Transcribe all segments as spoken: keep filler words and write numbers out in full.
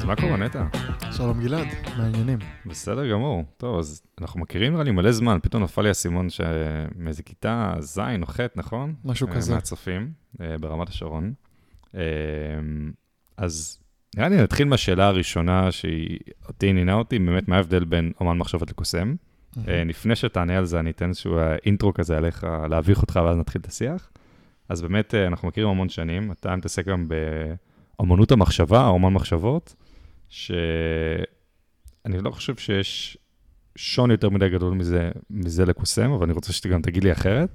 מה קורה נטע? שלום גלעד, מה העניינים? בסדר גמור. טוב, אז אנחנו מכירים נראה לי מלא זמן, פתאום נפל לי הסימון שמאיזה כיתה זין או חטא, נכון? משהו כזה. מהצופים, ברמת השרון. אז נראה לי נתחיל מהשאלה הראשונה שהיא אותי עניינה אותי, באמת מה ההבדל בין אומן מחשבות לקוסם. לפני שתענה על זה, אני אתן איזשהו אינטרו כזה עליך, להביך אותך ואז נתחיל את השיח. אז באמת אנחנו מכירים המון שנים, אתה מתעסק גם באמנות המחשבה, אומן מחשבות, שאני לא חושב שיש שון יותר מדי גדול מזה, מזה לקוסם, אבל אני רוצה שגם תגיד לי אחרת.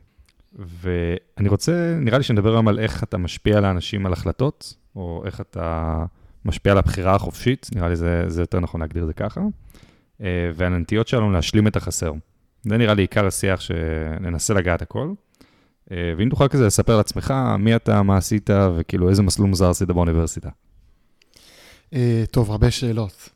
ואני רוצה, נראה לי שנדבר גם על איך אתה משפיע על האנשים על החלטות, או איך אתה משפיע על הבחירה החופשית, נראה לי זה, זה יותר נכון להגדיר את זה ככה, והנטיות שלנו להשלים את החסר. זה נראה לי עיקר השיח שננסה לגעת הכל. ואם תוכל כזה לספר על עצמך, מי אתה, מה עשית, וכאילו איזה מסלול מוזר עשית באוניברסיטה. טוב, הרבה שאלות.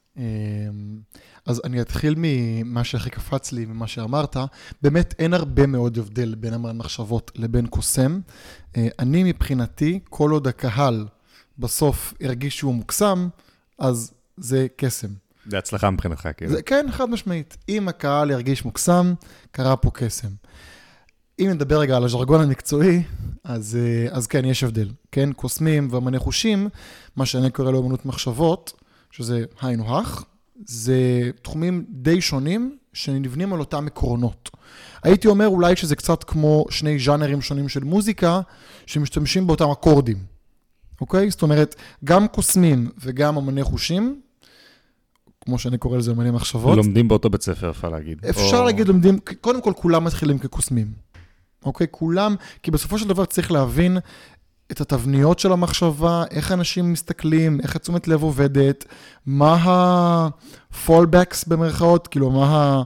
אז אני אתחיל ממה שהכי קפץ לי, ממה שאמרת. באמת אין הרבה מאוד הבדל בין אומן מחשבות לבין קוסם. אני מבחינתי, כל עוד הקהל בסוף הרגיש שהוא מוקסם, אז זה קסם. זה הצלחה מבחינתך, כאילו. זה, כן, חד משמעית. אם הקהל ירגיש מוקסם, קרה פה קסם. אם נדבר רגע על הז'רגון המקצועי, אז, אז כן, יש הבדל. כן, קוסמים ואמני חושים, מה שאני קורא לאמנות מחשבות, שזה היינו הך, זה תחומים די שונים שנבנים על אותם עקרונות. הייתי אומר אולי שזה קצת כמו שני ז'אנרים שונים של מוזיקה, שמשתמשים באותם אקורדים. אוקיי? זאת אומרת, גם קוסמים וגם אמני חושים, כמו שאני קורא לזה אמני מחשבות. לומדים באותו בית ספר, אפשר להגיד. אפשר או... להגיד, לומדים, קודם כל כולם מתחילים כקוסמים. אוקיי? כולם, כי בסופו של דבר צריך להבין את התבניות של המחשבה, איך אנשים מסתכלים, איך התשומת לב עובדת, מה ה-fallbacks במרכאות, כאילו מה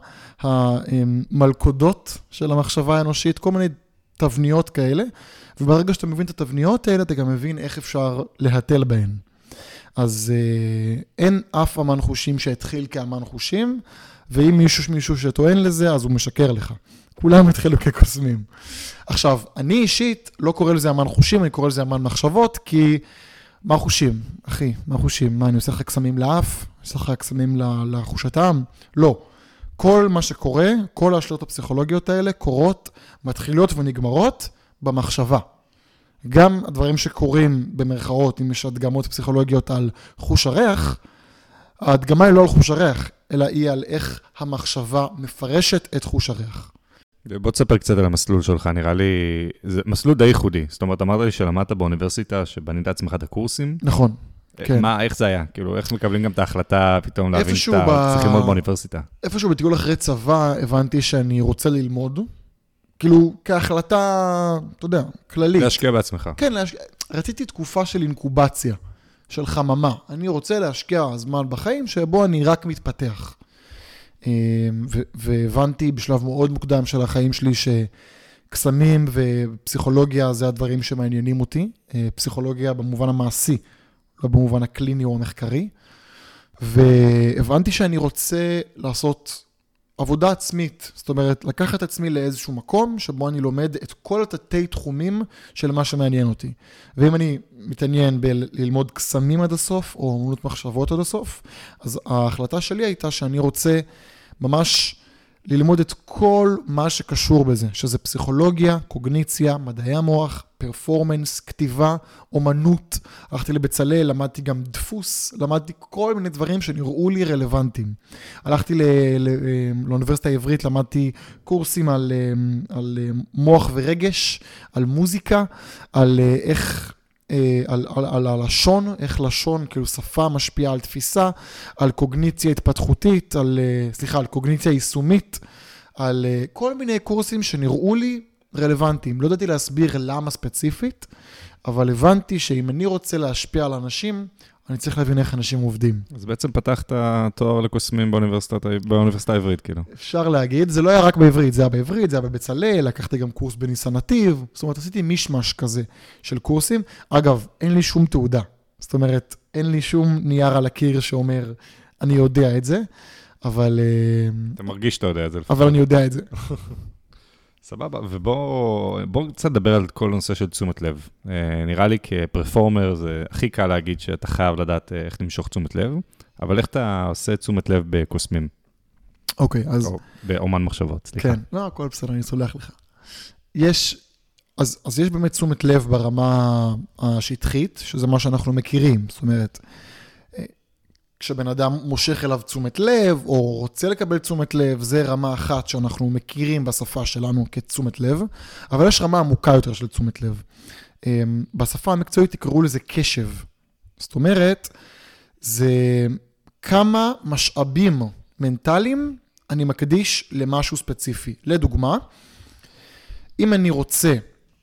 המלכודות של המחשבה האנושית, כל מיני תבניות כאלה, וברגע שאתה מבין את התבניות האלה, אתה גם מבין איך אפשר להטל בהן. אז אה, אין אף אמן חושים שהתחיל כאמן חושים, ואם מישהו מישהו שטוען לזה, אז הוא משקר לך. כולם התחילו כקוסמים. עכשיו, אני אישית לא קורא לזה אמן חושים, אני קורא לזה אמן מחשבות, כי מה חושים? אחי, מה חושים? מה, אני עושה לך קסמים לאף? אני עושה לך קסמים לחוש הטעם? לא. כל מה שקורה, כל ההשלטות הפסיכולוגיות האלה קורות, מתחילות ונגמרות במחשבה. גם הדברים שקורים במרכאות, אם יש הדגמות פסיכולוגיות על חוש הריח, ההדגמה היא לא על חוש הריח, אלא היא על איך המחשבה מפרשת את חוש הריח. בוא תספר קצת על המסלול שלך, נראה לי, זה מסלול די ייחודי. זאת אומרת, אמרת לי שלמדת באוניברסיטה, שבנית עצמך את הקורסים. נכון, כן. מה, איך זה היה? כאילו, איך מקבלים גם את ההחלטה פתאום להבין שאתה צריך ללמוד באוניברסיטה? איפשהו בטיול אחרי צבא, הבנתי שאני רוצה ללמוד, כאילו, כהחלטה, אתה יודע, כללית. להשקיע בעצמך. כן, להשקיע. רציתי תקופה של אינקובציה, של חממה. אני רוצה להשקיע זמן בחיים שבו אני רק מתפתח. והבנתי בשלב מאוד מוקדם של החיים שלי שקסמים ופסיכולוגיה זה הדברים שמעניינים אותי. פסיכולוגיה במובן המעשי, לא במובן הקליני או המחקרי. והבנתי שאני רוצה לעשות עבודה עצמית. זאת אומרת, לקחת עצמי לאיזשהו מקום שבו אני לומד את כל התתי תחומים של מה שמעניין אותי. ואם אני מתעניין בללמוד קסמים עד הסוף, או אמנות מחשבות עד הסוף, אז ההחלטה שלי הייתה שאני רוצה ממש ללמוד את כל מה שקשור בזה, שזה פסיכולוגיה, קוגניציה, מדעי המוח, פרפורמנס, כתיבה, אומנות. הלכתי לבצלאל, למדתי גם דפוס, למדתי כל מיני דברים שנראו לי רלוונטיים. הלכתי ל- ל- לאוניברסיטה העברית, למדתי קורסים על, על מוח ורגש, על מוזיקה, על איך... על, על, על הלשון, איך לשון, כאילו שפה משפיעה על תפיסה, על קוגניציה התפתחותית, על, סליחה, על קוגניציה יישומית, על כל מיני קורסים שנראו לי רלוונטיים. לא ידעתי להסביר למה ספציפית, אבל הבנתי שאם אני רוצה להשפיע על אנשים, אני צריך להבין איך אנשים עובדים. אז בעצם פתחת תואר לקוסמים באוניברסיטה העברית, כאילו. אפשר להגיד, זה לא היה רק בעברית, זה היה בעברית, זה היה בבצלאל, לקחתי גם קורס בניסן נתיב, זאת אומרת, עשיתי מישמש כזה של קורסים. אגב, אין לי שום תעודה, זאת אומרת, אין לי שום נייר על הקיר שאומר, אני יודע את זה, אבל... אתה מרגיש שאתה יודע את זה. אבל אני יודע את זה. סבבה, ובואו קצת לדבר על כל הנושא של תשומת לב. נראה לי כפרפורמר זה הכי קל להגיד שאתה חייב לדעת איך למשוך תשומת לב, אבל איך אתה עושה תשומת לב בקוסמים? אוקיי, אז... או באומן מחשבות, סליחה. כן, לא, הכל בסדר, אני סולח לך. יש, אז, אז יש באמת תשומת לב ברמה השטחית, שזה מה שאנחנו מכירים. זאת אומרת, כשבן אדם מושך אליו תשומת לב, או רוצה לקבל תשומת לב, זה רמה אחת שאנחנו מכירים בשפה שלנו כתשומת לב, אבל יש רמה עמוקה יותר של תשומת לב. בשפה המקצועית תקראו לזה קשב. זאת אומרת, זה כמה משאבים מנטליים אני מקדיש למשהו ספציפי. לדוגמה, אם אני רוצה,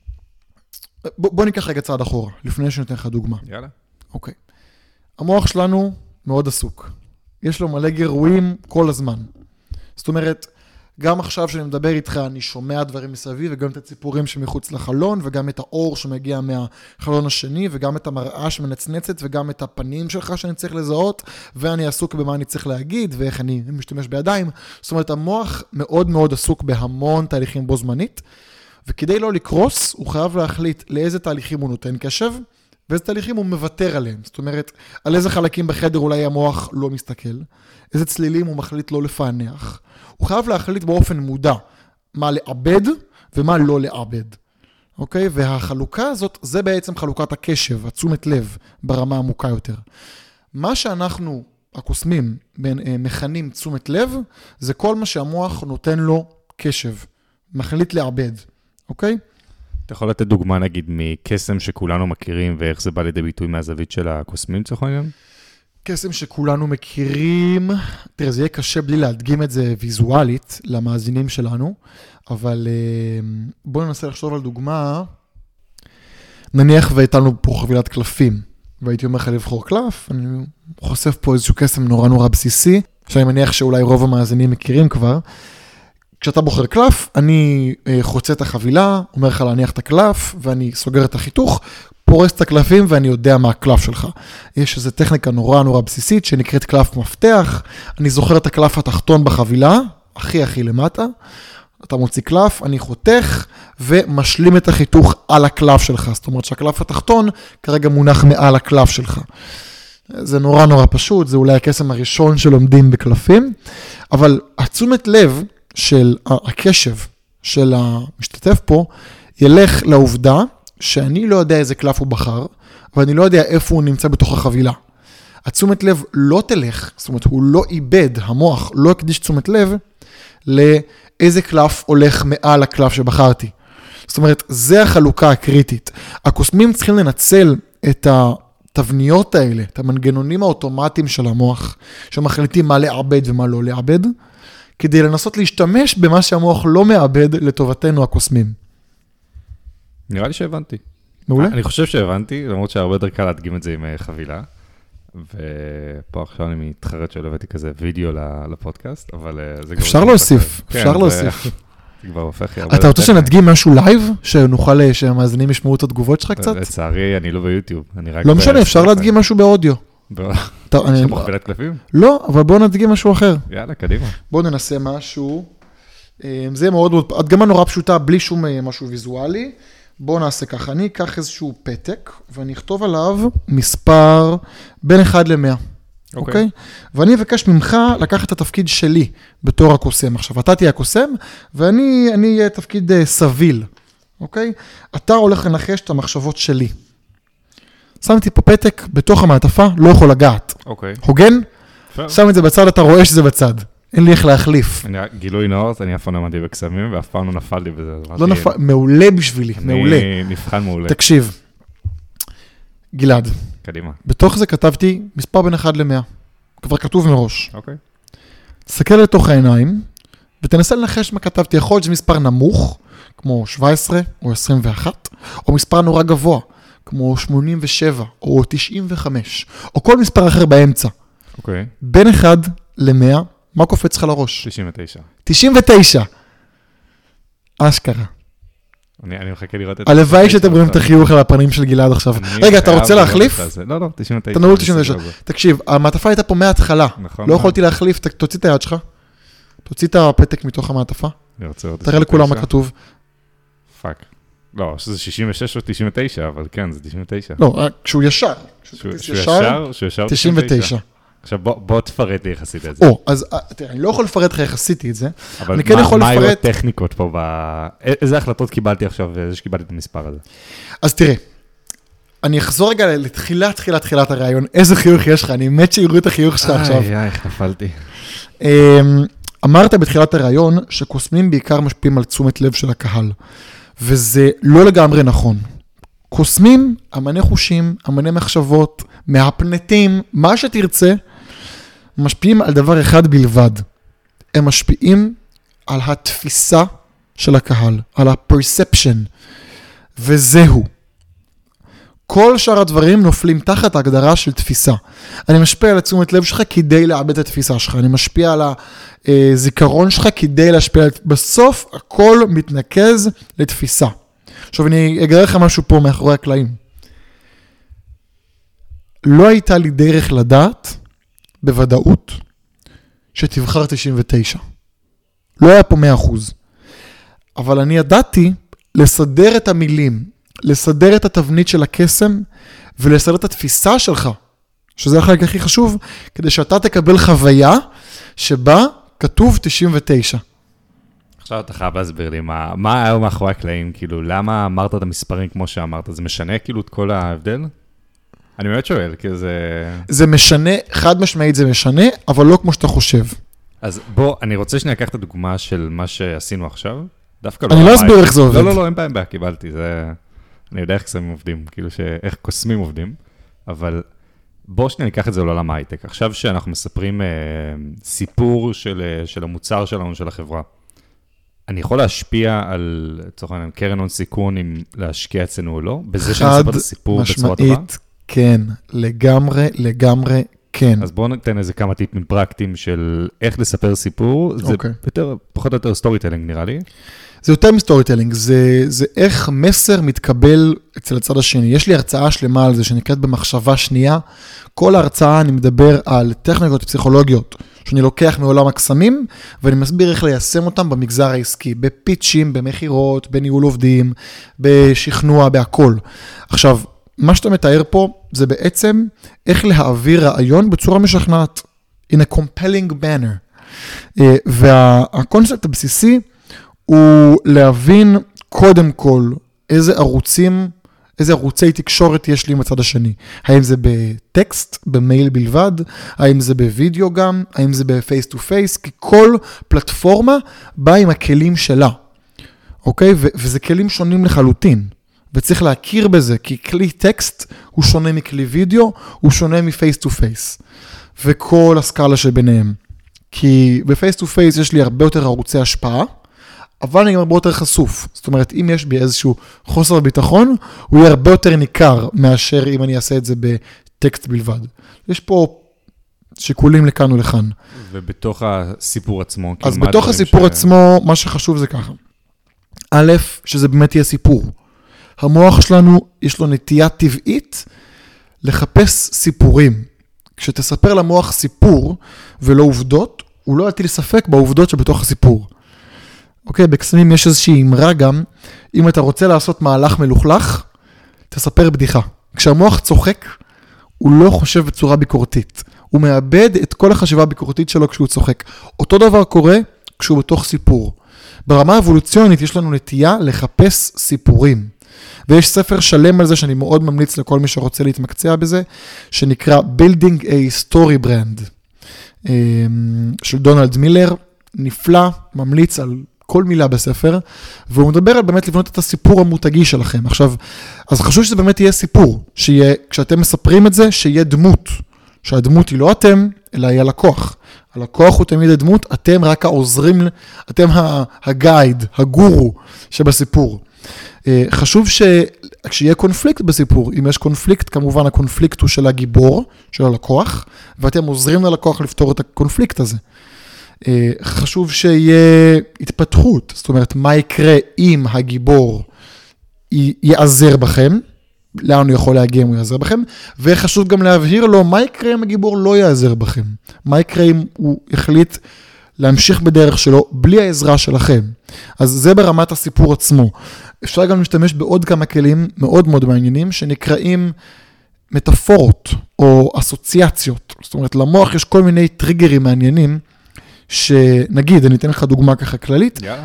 בוא, בוא ניקח רגע צעד אחורה, לפני שנותן לך דוגמה. יאללה. אוקיי. המוח שלנו מאוד עסוק. יש לו מלא גירויים כל הזמן. זאת אומרת, גם עכשיו שאני מדבר איתך, אני שומע דברים מסביב, וגם את הציפורים שמחוץ לחלון, וגם את האור שמגיע מהחלון השני, וגם את המראה שמנצנצת, וגם את הפנים שלך שאני צריך לזהות, ואני עסוק במה אני צריך להגיד, ואיך אני משתמש בידיים. זאת אומרת, המוח מאוד מאוד עסוק בהמון תהליכים בו זמנית, וכדי לא לקרוס, הוא חייב להחליט לאיזה תהליכים הוא נותן קשב, ואיזה תהליכים הוא מוותר עליהם. זאת אומרת, על איזה חלקים בחדר אולי המוח לא מסתכל, איזה צלילים הוא מחליט לא לפענח. הוא חייב להחליט באופן מודע מה לאבד ומה לא לאבד. אוקיי? והחלוקה הזאת, זה בעצם חלוקת הקשב, התשומת לב ברמה עמוקה יותר. מה שאנחנו, הקוסמים, מכנים תשומת לב, זה כל מה שהמוח נותן לו קשב, מחליט לאבד. אוקיי? אתה יכול לתת דוגמה, נגיד, מקסם שכולנו מכירים, ואיך זה בא לידי ביטוי מהזווית של הקוסמים, צריך לעניין? קסם שכולנו מכירים, תראה, זה יהיה קשה בלי להדגים את זה ויזואלית למאזינים שלנו, אבל בואו ננסה לחשוב על דוגמה. נניח והייתנו פה חבילת קלפים, והייתי אומר לך לבחור קלף, אני חושף פה איזשהו קסם נורא נורא בסיסי, שאני מניח שאולי רוב המאזינים מכירים כבר. כשאתה בוחר קלף, אני חוצה את החבילה, אומר לך להניח את הקלף, ואני סוגר את החיתוך, פורס את הקלפים ואני יודע מה הקלף שלך. יש איזו טכניקה נורא נורא בסיסית שנקראת קלף מפתח. אני זוכר את הקלף התחתון בחבילה, הכי הכי למטה. אתה מוציא קלף, אני חותך ומשלים את החיתוך על הקלף שלך. זאת אומרת שהקלף התחתון כרגע מונח מעל הקלף שלך. זה נורא נורא פשוט, זה אולי הקסם הראשון שלומדים בקלפים, אבל התשומת לב של הקשב של המשתתף פה ילך לעובדה שאני לא יודע איזה קלף הוא בחר, ואני לא יודע איפה הוא נמצא בתוך החבילה. התשומת לב לא תלך, זאת אומרת, הוא לא איבד, המוח לא הקדיש תשומת לב, לאיזה קלף הולך מעל הקלף שבחרתי. זאת אומרת, זה החלוקה הקריטית. הקוסמים צריכים לנצל את התבניות האלה, את המנגנונים האוטומטיים של המוח, שמחליטים מה לעבד ומה לא לעבד, כדי לנסות להשתמש במה שהמוח לא מעבד לטובתנו הקוסמים. נראה לי שהבנתי. מעולה? אני חושב שהבנתי, למרות שהרבה יותר קל להדגים את זה עם חבילה, ופה עכשיו אני מתחרט שלא הבאתי כזה וידאו לפודקאסט, אבל זה כבר... אפשר להוסיף, אפשר להוסיף. זה כבר הופך... אתה רוצה שנדגים משהו לייב, שנוכל, שהמאזינים ישמעו את התגובות שלך קצת? לצערי, אני לא ביוטיוב, אני רק... לא משנה, אפשר להדגים משהו באודיו. יש פה חבילת קלפים? לא, אבל בואו נדגים משהו אחר. יאללה, קדימה. בואו ננסה משהו. זה מאוד מאוד... הדגמה נורא פשוטה, בלי שום משהו ויזואלי. בואו נעשה ככה, אני אקח איזשהו פתק, ואני אכתוב עליו מספר בין אחד למאה. אוקיי? ואני אבקש ממך לקחת את התפקיד שלי בתור הקוסם. עכשיו, אתה תהיה הקוסם, ואני אהיה תפקיד סביל. אוקיי? אתה הולך לנחש את המחשבות שלי. שמתי פה פתק בתוך המעטפה, לא יכול לגעת. אוקיי. הוגן? שם את זה בצד, אתה רואה שזה בצד. אין לי איך להחליף. גילוי נאות, אני אף פעם למדתי בקסמים, ואף פעם לא נפלתי בזה. לא נפל, מעולה בשבילי, מעולה. אני נבחן מעולה. תקשיב, גלעד. קדימה. בתוך זה כתבתי מספר בין אחד למאה. כבר כתוב מראש. אוקיי. תסתכל לתוך העיניים, ותנסה לנחש מה כתבתי. יכול להיות שזה מספר נמוך, כמו שבע עשרה או עשרים ואחת, או מספר נורא גבוה, כמו שמונים ושבע או תשעים וחמש, או כל מספר אחר באמצע. אוקיי. בין אחד למאה, מה קופץ לך לראש? תשעים ותשע. תשעים ותשע. אשכרה. אני, אני מחכה לראות את... הלוואי שאתם רואים את החיוך על הפנים של גלעד עכשיו. רגע, אתה רוצה להחליף? לא, לא, תשעים ותשע. תנעול תשעים ותשע. תקשיב, המעטפה הייתה פה מההתחלה. נכון. לא יכולתי להחליף, תוציא את היד שלך. תוציא את הפתק מתוך המעטפה. תראה לכולם מה כתוב. פאק. לא, שזה שישים ושש או תשעים ותשע, אבל כן, זה תשעים ותשע. לא, כשהוא ישר. שהוא ישר, שהוא ישר תשעים ותשע. עכשיו בוא תפרט לי איך עשית את זה. או, אז תראה, אני לא יכול לפרט לך איך עשיתי את זה. אבל מה היו הטכניקות פה? איזה החלטות קיבלתי עכשיו, איזה שקיבלתי את המספר הזה? אז תראה, אני אחזור רגע לתחילת, תחילת, תחילת הרעיון. איזה חיוך יש לך? אני מת שיראו את החיוך שלך עכשיו. איי, איי, איך נפלתי. אמרת בתחילת הרעיון שקוסמים בעיקר משפיעים על תשומת לב של הקהל, וזה לא לגמרי נכון. קוסמים, אמני חושים, אמני מחשבות, מהפנטים, מה שתרצה, משפיעים על דבר אחד בלבד. הם משפיעים על התפיסה של הקהל, על ה-perception, וזהו. כל שאר הדברים נופלים תחת ההגדרה של תפיסה. אני משפיע על תשומת לב שלך כדי לאבד את התפיסה שלך. אני משפיע על הזיכרון שלך כדי להשפיע. בסוף הכל מתנקז לתפיסה. עכשיו אני אגלה לך משהו פה מאחורי הקלעים. לא הייתה לי דרך לדעת בוודאות שתבחר תשעים ותשע. לא היה פה מאה אחוז. אבל אני ידעתי לסדר את המילים, לסדר את התבנית של הקסם, ולסדר את התפיסה שלך, שזה החלק הכי חשוב, כדי שאתה תקבל חוויה שבה כתוב תשעים ותשע. עכשיו אתה חייב להסביר לי, מה, מה היה מאחורי הקלעים? כאילו, למה אמרת את המספרים כמו שאמרת? זה משנה כאילו את כל ההבדל? אני באמת שואל, כי זה... זה משנה, חד משמעית זה משנה, אבל לא כמו שאתה חושב. אז בוא, אני רוצה שאני אקח את הדוגמה של מה שעשינו עכשיו. דווקא לא... אני לא אסביר איך זה עובד. לא, לא, לא, אין בעיה, קיבלתי, זה... אני יודע איך קסמים עובדים, כאילו שאיך קוסמים עובדים, אבל בוא שניה ניקח את זה לעולם ההייטק. עכשיו שאנחנו מספרים אה, סיפור של, של המוצר שלנו, של החברה, אני יכול להשפיע על, לצורך העניין, קרן הון סיכון, אם להשקיע אצלנו או לא? בזה שאני מספר את הסיפור בצורה טובה? כן, לגמרי, לגמרי, כן. אז בואו ניתן איזה כמה טיפים פרקטיים של איך לספר סיפור. זה אוקיי. יותר, פחות או יותר סטורי טלינג נראה לי. זה יותר מסטורי טלינג, זה, זה איך מסר מתקבל אצל הצד השני. יש לי הרצאה שלמה על זה שנקראת במחשבה שנייה. כל ההרצאה אני מדבר על טכניקות פסיכולוגיות שאני לוקח מעולם הקסמים, ואני מסביר איך ליישם אותם במגזר העסקי, בפיצ'ים, במחירות, בניהול עובדים, בשכנוע, בהכל. עכשיו, מה שאתה מתאר פה זה בעצם איך להעביר רעיון בצורה משכנעת, in a compelling manner. והקונספט הבסיסי הוא להבין קודם כל איזה ערוצים, איזה ערוצי תקשורת יש לי מצד השני. האם זה בטקסט, במייל בלבד, האם זה בווידאו גם, האם זה בפייס טו פייס, כי כל פלטפורמה באה עם הכלים שלה. אוקיי? ו- וזה כלים שונים לחלוטין. וצריך להכיר בזה, כי כלי טקסט הוא שונה מכלי וידאו, הוא שונה מפייס טו פייס. וכל הסקאלה שביניהם. כי בפייס טו פייס יש לי הרבה יותר ערוצי השפעה, אבל אני גם הרבה יותר חשוף. זאת אומרת, אם יש בי איזשהו חוסר ביטחון, הוא יהיה הרבה יותר ניכר מאשר אם אני אעשה את זה בטקסט בלבד. יש פה שיקולים לכאן ולכאן. ובתוך הסיפור עצמו. אז בתוך הסיפור ש... עצמו, מה שחשוב זה ככה. א', שזה באמת יהיה סיפור. המוח שלנו, יש לו נטייה טבעית לחפש סיפורים. כשתספר למוח סיפור ולא עובדות, הוא לא יטיל ספק בעובדות שבתוך הסיפור. אוקיי, בקסמים יש איזושהי אמרה גם, אם אתה רוצה לעשות מהלך מלוכלך, תספר בדיחה. כשהמוח צוחק, הוא לא חושב בצורה ביקורתית. הוא מאבד את כל החשיבה הביקורתית שלו כשהוא צוחק. אותו דבר קורה כשהוא בתוך סיפור. ברמה האבולוציונית יש לנו נטייה לחפש סיפורים. ויש ספר שלם על זה שאני מאוד ממליץ לכל מי שרוצה להתמקצע בזה, שנקרא Building a Story Brand, של דונלד מילר, נפלא, ממליץ על כל מילה בספר, והוא מדבר על באמת לבנות את הסיפור המותגי שלכם. עכשיו, אז חשוב שזה באמת יהיה סיפור, שיהיה, כשאתם מספרים את זה, שיהיה דמות, שהדמות היא לא אתם, אלא היא הלקוח. הלקוח הוא תמיד הדמות, אתם רק העוזרים, אתם הגייד, הגורו שבסיפור. חשוב שכשיהיה קונפליקט בסיפור, אם יש קונפליקט, כמובן הקונפליקט הוא של הגיבור, של הלקוח, ואתם עוזרים ללקוח לפתור את הקונפליקט הזה. חשוב שיהיה התפתחות, זאת אומרת, מה יקרה אם הגיבור יעזר בכם, לאן הוא יכול להגיע אם הוא יעזר בכם, וחשוב גם להבהיר לו מה יקרה אם הגיבור לא יעזר בכם, מה יקרה אם הוא החליט להמשיך בדרך שלו, בלי העזרה שלכם. אז זה ברמת הסיפור עצמו. אפשר גם להשתמש בעוד כמה כלים מאוד מאוד מעניינים, שנקראים מטאפורות או אסוציאציות. זאת אומרת, למוח יש כל מיני טריגרים מעניינים, שנגיד, אני אתן לך דוגמה ככה כללית, יאללה.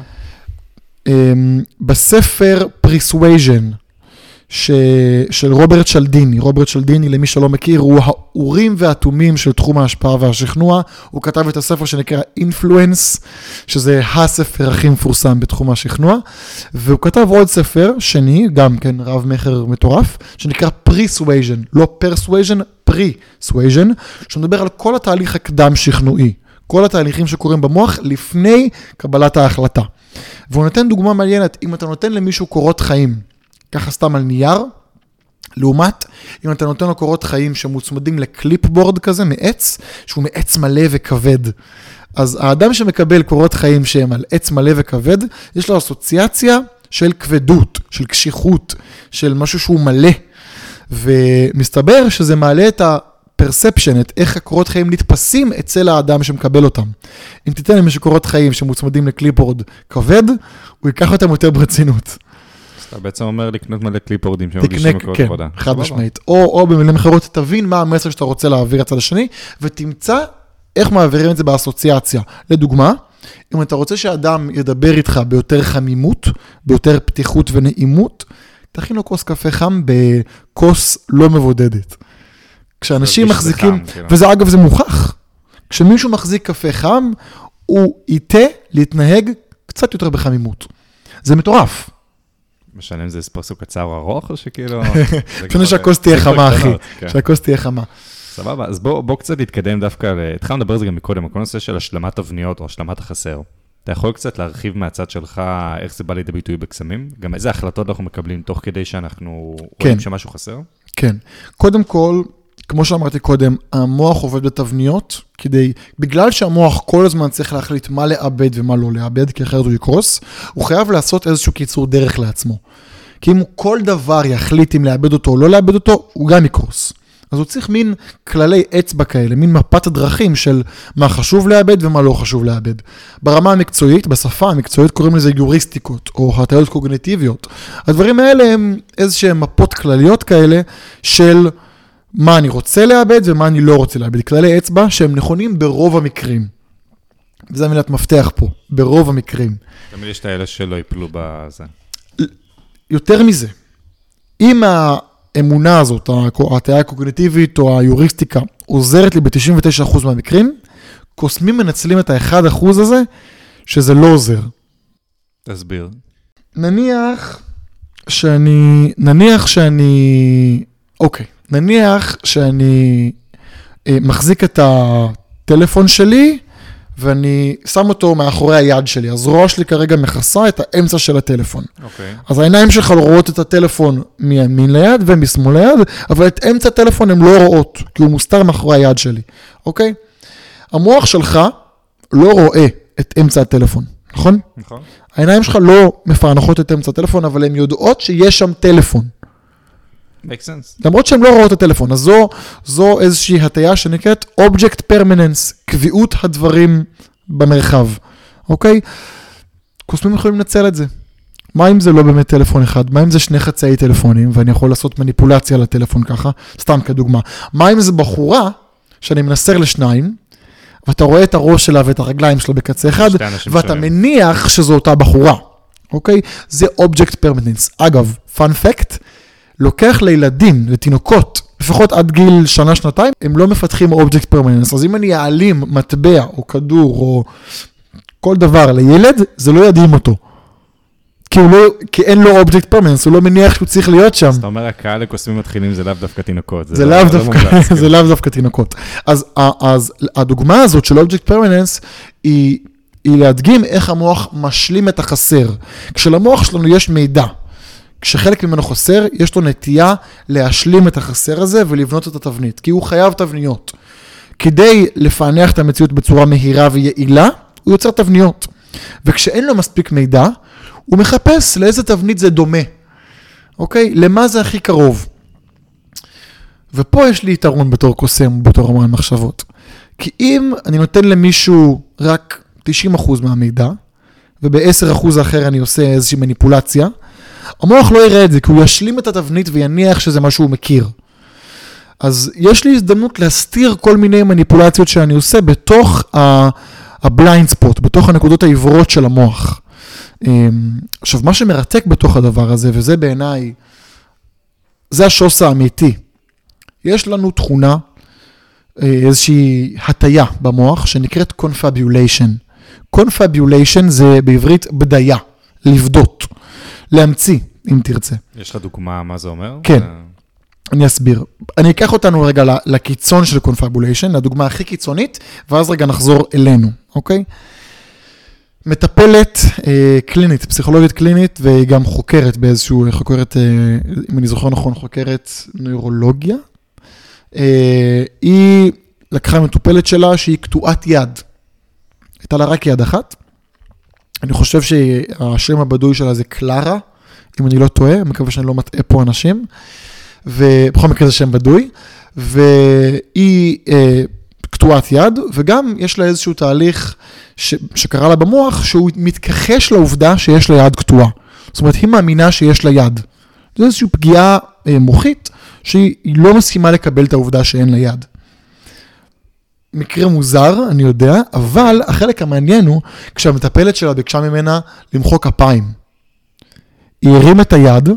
בספר Persuasion, ש... של רוברט שלדיני, רוברט שלדיני, למי שלא מכיר, הוא האורים והתומים של תחום ההשפעה והשכנוע, הוא כתב את הספר שנקרא Influence, שזה הספר הכי מפורסם בתחום השכנוע, והוא כתב עוד ספר שני, גם כן רב מחר מטורף, שנקרא Persuasion, לא Persuasion, Persuasion, שמדבר על כל התהליך הקדם שכנועי, כל התהליכים שקורים במוח לפני קבלת ההחלטה. והוא נותן דוגמה מעניינת, אם אתה נותן למישהו קורות חיים, ככה סתם על נייר, לעומת, אם אתה נותן לו קורות חיים שמוצמדים לקליפבורד כזה, מעץ, שהוא מעץ מלא וכבד. אז האדם שמקבל קורות חיים שהם על עץ מלא וכבד, יש לו אסוציאציה של כבדות, של קשיחות, של משהו שהוא מלא. ומסתבר שזה מעלה את הפרספשן, את איך הקורות חיים נתפסים אצל האדם שמקבל אותם. אם תיתן למישהו קורות חיים שמוצמדים לקליפבורד כבד, הוא ייקח אותם יותר ברצינות. אתה בעצם אומר לקנות מלא קליפורדים שמרגישים מקורות עבודה. כן, חד משמעית. או, או במילים אחרות, תבין מה המסר שאתה רוצה להעביר הצד השני, ותמצא איך מעבירים את זה באסוציאציה. לדוגמה, אם אתה רוצה שאדם ידבר איתך ביותר חמימות, ביותר פתיחות ונעימות, תכין לו כוס קפה חם בכוס לא מבודדת. כשאנשים מחזיקים, וזה אגב זה מוכח, כשמישהו מחזיק קפה חם, הוא ייתה להתנהג קצת יותר בחמימות. זה מטורף. משנה אם זה אספרסו קצר או ארוך, או שכאילו... משנה שהכוס תהיה חמה, אחי. שהכוס תהיה חמה. סבבה, אז בואו קצת נתקדם דווקא, התחלנו לדבר על זה גם מקודם, כל נושא של השלמת תבניות או השלמת החסר. אתה יכול קצת להרחיב מהצד שלך איך זה בא לידי ביטוי בקסמים? גם איזה החלטות אנחנו מקבלים תוך כדי שאנחנו רואים שמשהו חסר? כן. קודם כל, כמו שאמרתי קודם, המוח עובד בתבניות, כדי, בגלל שהמוח כל הזמן צריך להחליט מה לאבד ומה לא לאבד, כי אחרת הוא יקרוס, הוא חייב לעשות איזשהו קיצור דרך לעצמו. כי אם הוא כל דבר יחליט אם לאבד אותו או לא לאבד אותו, הוא גם יקרוס. אז הוא צריך מין כללי אצבע כאלה, מין מפת הדרכים של מה חשוב לאבד ומה לא חשוב לאבד. ברמה המקצועית, בשפה המקצועית, קוראים לזה יוריסטיקות, או הטיות קוגניטיביות. הדברים האלה הם איזשהם מפות כלליות כאלה של מה אני רוצה לאבד ומה אני לא רוצה לאבד. כללי אצבע שהם נכונים ברוב המקרים. וזה המילת מפתח פה, ברוב המקרים. תמיד יש את האלה שלא ייפלו בזה. יותר מזה, אם האמונה הזאת, ההטיה הקוגניטיבית או היוריסטיקה, עוזרת לי ב-תשעים ותשעה אחוז מהמקרים, קוסמים מנצלים את ה-אחד אחוז הזה, שזה לא עוזר. תסביר. נניח שאני, נניח שאני, אוקיי. נניח שאני אה, מחזיק את הטלפון שלי, ואני שם אותו מאחורי היד שלי. אז ראש שלי כרגע מכסה את האמצע של הטלפון. אוקיי. אז העיניים שלך רואות את הטלפון מימין ליד ומשמאל ליד, אבל את אמצע הטלפון הן לא רואות, כי הוא מוסתר מאחורי היד שלי. אוקיי? המוח שלך לא רואה את אמצע הטלפון, נכון? נכון. העיניים שלך לא מפענחות את אמצע הטלפון, אבל הן יודעות שיש שם טלפון. make sense. למרות שהן לא רואות את הטלפון, אז זו, זו איזושהי הטיה שנקראת object permanence, קביעות הדברים במרחב, אוקיי? קוסמים יכולים לנצל את זה. מה אם זה לא באמת טלפון אחד? מה אם זה שני חצאי טלפונים, ואני יכול לעשות מניפולציה לטלפון ככה? סתם כדוגמה. מה אם זה בחורה, שאני מנסר לשניים, ואתה רואה את הראש שלה ואת הרגליים שלה בקצה אחד, ואתה מניח שזו אותה בחורה, אוקיי? זה object permanence. אגב, fun fact, לוקח לילדים, לתינוקות, לפחות עד גיל שנה, שנתיים, הם לא מפתחים object permanence. אז אם אני אעלים מטבע או כדור או כל דבר לילד, זה לא ידעים אותו. כי, הוא לא, כי אין לו object permanence, הוא לא מניח שהוא צריך להיות שם. אז אתה אומר, הקהל לקוסמים מתחילים זה לאו דווקא תינוקות. זה לאו דווקא, זה לאו דווקא תינוקות. אז, אז הדוגמה הזאת של object permanence היא, היא להדגים איך המוח משלים את החסר. כשלמוח שלנו יש מידע, כשחלק ממנו חסר, יש לו נטייה להשלים את החסר הזה ולבנות את התבנית, כי הוא חייב תבניות. כדי לפענח את המציאות בצורה מהירה ויעילה, הוא יוצר תבניות. וכשאין לו מספיק מידע, הוא מחפש לאיזה תבנית זה דומה. אוקיי? למה זה הכי קרוב? ופה יש לי יתרון בתור קוסם, בתור המון מחשבות. כי אם אני נותן למישהו רק תשעים אחוז מהמידע, וב-עשרה אחוז האחר אני עושה איזושהי מניפולציה, המוח לא יראה את זה, כי הוא ישלים את התבנית ויניח שזה מה שהוא מכיר. אז יש לי הזדמנות להסתיר כל מיני מניפולציות שאני עושה בתוך ה-blind spot, בתוך הנקודות העברות של המוח. עכשיו, מה שמרתק בתוך הדבר הזה, וזה בעיניי, זה השוס האמיתי. יש לנו תכונה, איזושהי הטיה במוח, שנקראת confabulation. confabulation זה בעברית בדיה, לבדות, להמציא, אם תרצה. יש לך דוגמה מה זה אומר? כן, אני אסביר. אני אקח אותנו רגע לקיצון של confabulation, לדוגמה הכי קיצונית, ואז רגע נחזור אלינו, אוקיי? מטפלת אה, קלינית, פסיכולוגית קלינית, והיא גם חוקרת באיזשהו, חוקרת, אה, אם אני זוכר נכון, חוקרת נוירולוגיה. אה, היא לקחה מטופלת שלה שהיא קטועת יד. הייתה לה רק יד אחת. אני חושב שהשם הבדוי שלה זה קלרה, אם אני לא טועה, אני מקווה שאני לא מטעה פה אנשים. ובכל מקרה זה שם בדוי. והיא אה, קטועת יד, וגם יש לה איזשהו תהליך ש, שקרה לה במוח, שהוא מתכחש לעובדה שיש לה יד קטועה. זאת אומרת, היא מאמינה שיש לה יד. זו איזושהי פגיעה אה, מוחית, שהיא לא מסכימה לקבל את העובדה שאין לה יד. מקרה מוזר, אני יודע, אבל החלק המעניין הוא, כשהמטפלת שלה ביקשה ממנה למחוא כפיים. היא הרים את היד,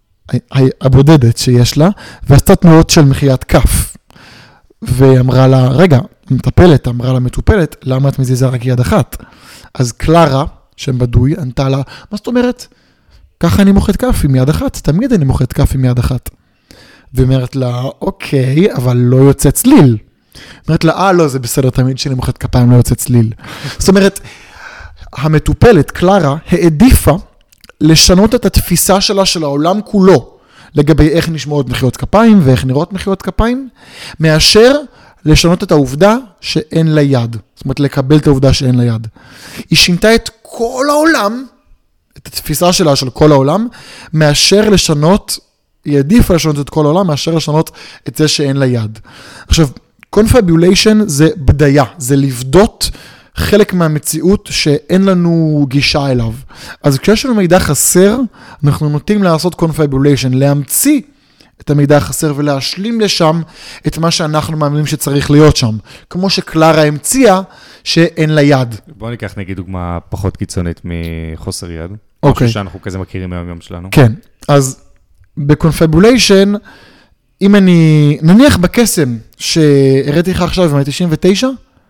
הבודדת שיש לה, ועשתה תנועות של מחיית כף. ואמרה לה, רגע, מטפלת, אמרה לה מטופלת, למה את מזיזה רק יד אחת? אז קלרה, שם בדוי, ענתה לה, מה זאת אומרת? ככה אני מוחאת כף עם יד אחת, תמיד אני מוחאת כף עם יד אחת. ואומרת לה, אוקיי, אבל לא יוצא צליל. אומרת לה, אה, לא, זה בסדר, תמיד שאני מוחאת כפיים לא יוצא צליל. זאת אומרת, המטופלת, קלרה, העדיפה לשנות את התפיסה שלה של העולם כולו, לגבי איך נשמעות מחיאות כפיים ואיך נראות מחיאות כפיים, מאשר לשנות את העובדה שאין לה יד. זאת אומרת, לקבל את העובדה שאין לה יד. היא שינתה את כל העולם, את התפיסה שלה של כל העולם, מאשר לשנות, היא העדיפה לשנות את כל העולם, מאשר לשנות את זה שאין לה יד. עכשיו, confabulation זה בדיה, זה לבדות חלק מהמציאות שאין לנו גישה אליו. אז כשיש לנו מידע חסר, אנחנו נוטים לעשות confabulation, להמציא את המידע החסר ולהשלים לשם את מה שאנחנו מאמינים שצריך להיות שם. כמו שקלרה המציאה שאין לה יד. בוא ניקח נגיד דוגמה פחות קיצונית מחוסר יד. אוקיי. משהו שאנחנו כזה מכירים מהיום שלנו. כן, אז ב-confabulation, אם אני, נניח בקסם שהראיתי לך עכשיו מה-תשעים ותשע,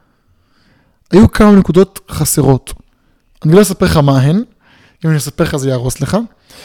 היו כמה נקודות חסרות. אני לא אספר לך מה הן, אם אני אספר לך זה יהרוס לך.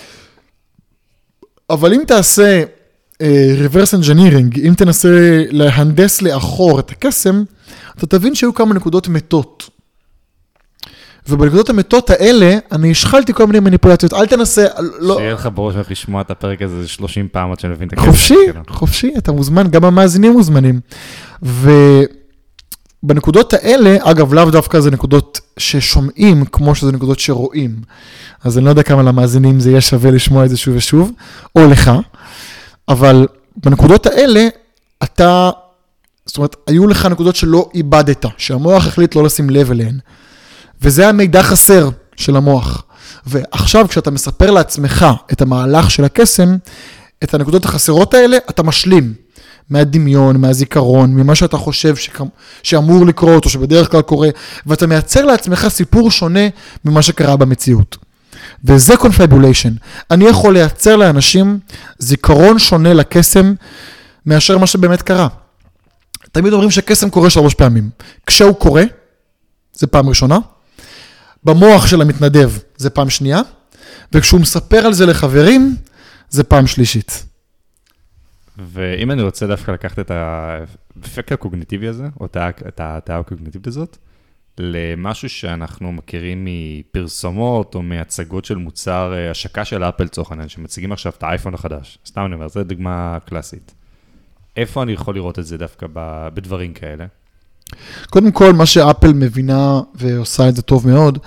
אבל אם תעשה uh, reverse engineering, אם תנסה להנדס לאחור את הקסם, אתה תבין שהיו כמה נקודות מתות. ובנקודות המתות האלה, אני השחלתי כל מיני מניפולציות. אל תנסה, לא... שיהיה לך בראש איך לשמוע את הפרק הזה שלושים פעם עד שנבין את הקסם. חופשי, חופשי, אתה מוזמן, גם המאזינים מוזמנים. ו... בנקודות האלה, אגב, לאו דווקא זה נקודות ששומעים, כמו שזה נקודות שרואים. אז אני לא יודע כמה למאזינים זה יהיה שווה לשמוע את זה שוב ושוב, או לך, אבל בנקודות האלה, אתה, זאת אומרת, היו לך נקודות שלא איבדת, שהמוח החליט לא לשים לב אליהן. וזה המידע חסר של המוח. ועכשיו, כשאתה מספר לעצמך את המהלך של הקסם, את הנקודות החסרות האלה, אתה משלים. מהדמיון, מהזיכרון, ממה שאתה חושב ש... שאמור לקרות, או שבדרך כלל קורה, ואתה מייצר לעצמך סיפור שונה ממה שקרה במציאות. וזה confabulation. אני יכול לייצר לאנשים זיכרון שונה לקסם, מאשר מה שבאמת קרה. תמיד אומרים שקסם קורה שלוש פעמים. כשהוא קורה, זה פעם ראשונה, במוח של המתנדב, זה פעם שנייה, וכשהוא מספר על זה לחברים, זה פעם שלישית. ואם אני רוצה דווקא לקחת את האפקט הקוגניטיבי הזה, או את ההטעה הקוגניטיבית הזאת, למשהו שאנחנו מכירים מפרסומות או מהצגות של מוצר השקה של אפל צוחנן, שמציגים עכשיו את האייפון החדש. סתם אני אומר, זו דוגמה קלאסית. איפה אני יכול לראות את זה דווקא בדברים כאלה? קודם כל, מה שאפל מבינה ועושה את זה טוב מאוד,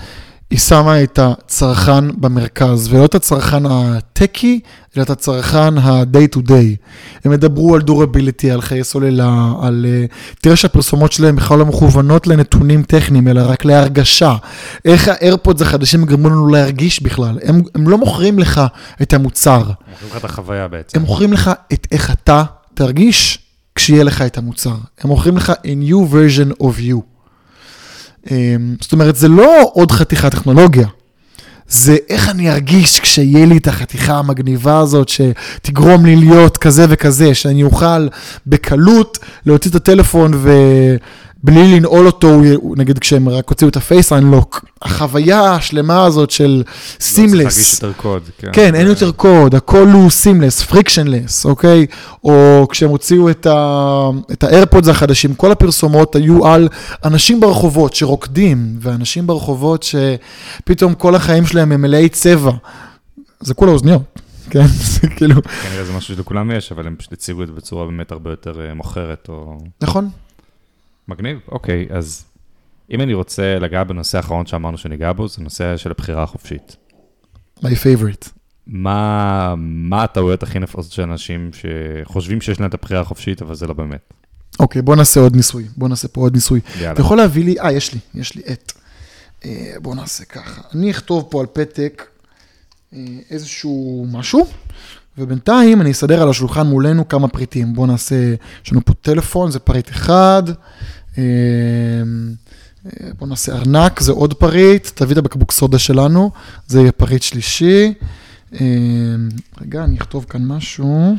היא שמה את הצרכן במרכז, ולא את הצרכן הטקי, אלא את הצרכן ה-day to day. הם ידברו על durability, על חיי סוללה, על... תראה שהפרסומות שלהם בכלל לא מכוונות לנתונים טכניים, אלא רק להרגשה. איך האיירפודס החדשים גרמו לנו להרגיש בכלל. הם, הם לא מוכרים לך את המוצר. הם מוכרים לך את החוויה בעצם. הם מוכרים לך את איך אתה תרגיש כשיהיה לך את המוצר. הם מוכרים לך a new version of you. זאת אומרת, זה לא עוד חתיכה טכנולוגיה, זה איך אני ארגיש כשיהיה לי את החתיכה המגניבה הזאת, שתגרום לי להיות כזה וכזה, שאני אוכל בקלות להוציא את הטלפון ובלי לנעול אותו, נגיד כשהם רק הוציאו את הפייס אנלוק, החוויה השלמה הזאת של סימלס. לא צריך להגיש יותר קוד. כן, כן אין יותר קוד, הכל הוא סימלס, פריקשנלס, אוקיי? או כשהם הוציאו את ה- את האיירפודס החדשים, כל הפרסומות היו על אנשים ברחובות שרוקדים, ואנשים ברחובות שפתאום כל החיים שלהם הם מלאי צבע. זה כולה אוזניות, כן? זה כאילו... כנראה זה משהו שלכולם יש, אבל הם פשוט הציגו את זה בצורה באמת הרבה יותר מוכרת, או... נכון. מגניב, אוקיי, אז אם אני רוצה לגעת בנושא האחרון שאמרנו שניגע בו, זה נושא של הבחירה החופשית. My favorite. מה, מה הטעויות הכי נפוצות של אנשים שחושבים שיש להם את הבחירה החופשית, אבל זה לא באמת? אוקיי, בוא נעשה עוד ניסוי. בוא נעשה פה עוד ניסוי. יאללה. אתה יכול להביא לי, אה, יש לי, יש לי את. אה, בוא נעשה ככה. אני אכתוב פה על פתק אה, איזשהו משהו, ובינתיים אני אסדר על השולחן מולנו כמה פריטים. בוא נעשה, יש לנו פה טלפון, זה פריט אחד. אה, בוא נעשה ארנק, זה עוד פריט. תביא את הבקבוק סודה שלנו, זה יהיה פריט שלישי. רגע, אני אכתוב כאן משהו.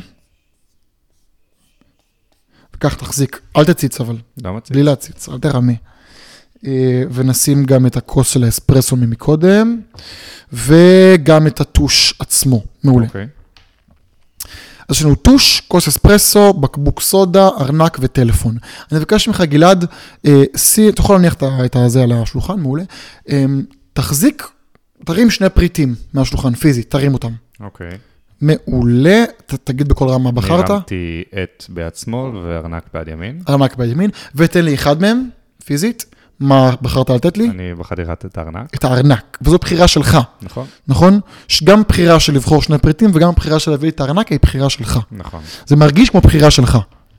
וכך תחזיק, אל תציץ אבל. לא מציץ. בלי להציץ, אל תרמי. ונשים גם את הכוס של האספרסו ממקודם, וגם את הטוש עצמו. מעולה. אוקיי. אז יש לנו טוש, כוס אספרסו, בקבוק סודה, ארנק וטלפון. אני מבקש ממך, גלעד, אתה יכול להניח את זה על השולחן, מעולה. תחזיק, תרים שני פריטים מהשולחן, פיזית, תרים אותם. אוקיי. מעולה, ת, תגיד בכל רם מה בחרת. אני הרמתי את ביד שמאל וארנק ביד ימין. ארנק ביד ימין, ותן לי אחד מהם, פיזית, מה בחרת לתת לי? אני בחרתי את הארנק. את הארנק, וזו בחירה שלך. נכון. נכון? גם בחירה של לבחור שני פריטים, וגם בחירה של להביא את הארנק, היא בחירה שלך. נכון. זה מרגיש כמו בחירה שלך.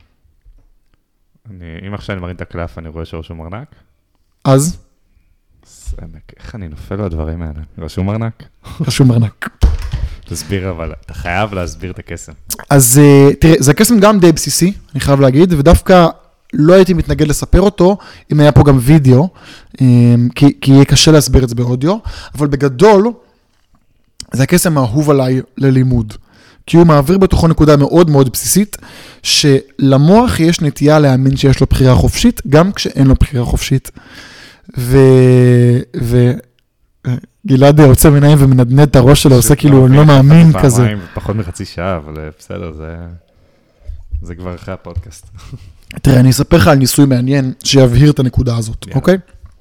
אני, אם עכשיו אני מרים את הקלף, אני רואה שרשום ארנק. אז? סמק, איך אני נופל בדברים האלה? רשום ארנק? רשום ארנק. תסביר, אבל אתה חייב להסביר את הקסם. אז תראה, זה הקסם גם די בסיסי, אני חייב להגיד, ודווקא לא הייתי מתנגד לספר אותו, אם היה פה גם וידאו, כי, כי יהיה קשה להסביר את זה באודיו, אבל בגדול, זה הקסם האהוב עליי ללימוד. כי הוא מעביר בתוכו נקודה מאוד מאוד בסיסית, שלמוח יש נטייה להאמין שיש לו בחירה חופשית, גם כשאין לו בחירה חופשית. ו... ו... גלעד יוצא מעיניים ומנדנד את הראש שלו, עושה כאילו לא מאמין כזה. פחות מחצי שעה, אבל בסדר, זה... זה כבר אחרי הפודקאסט. תראה, אני אספר לך על ניסוי מעניין שיבהיר את הנקודה הזאת, אוקיי?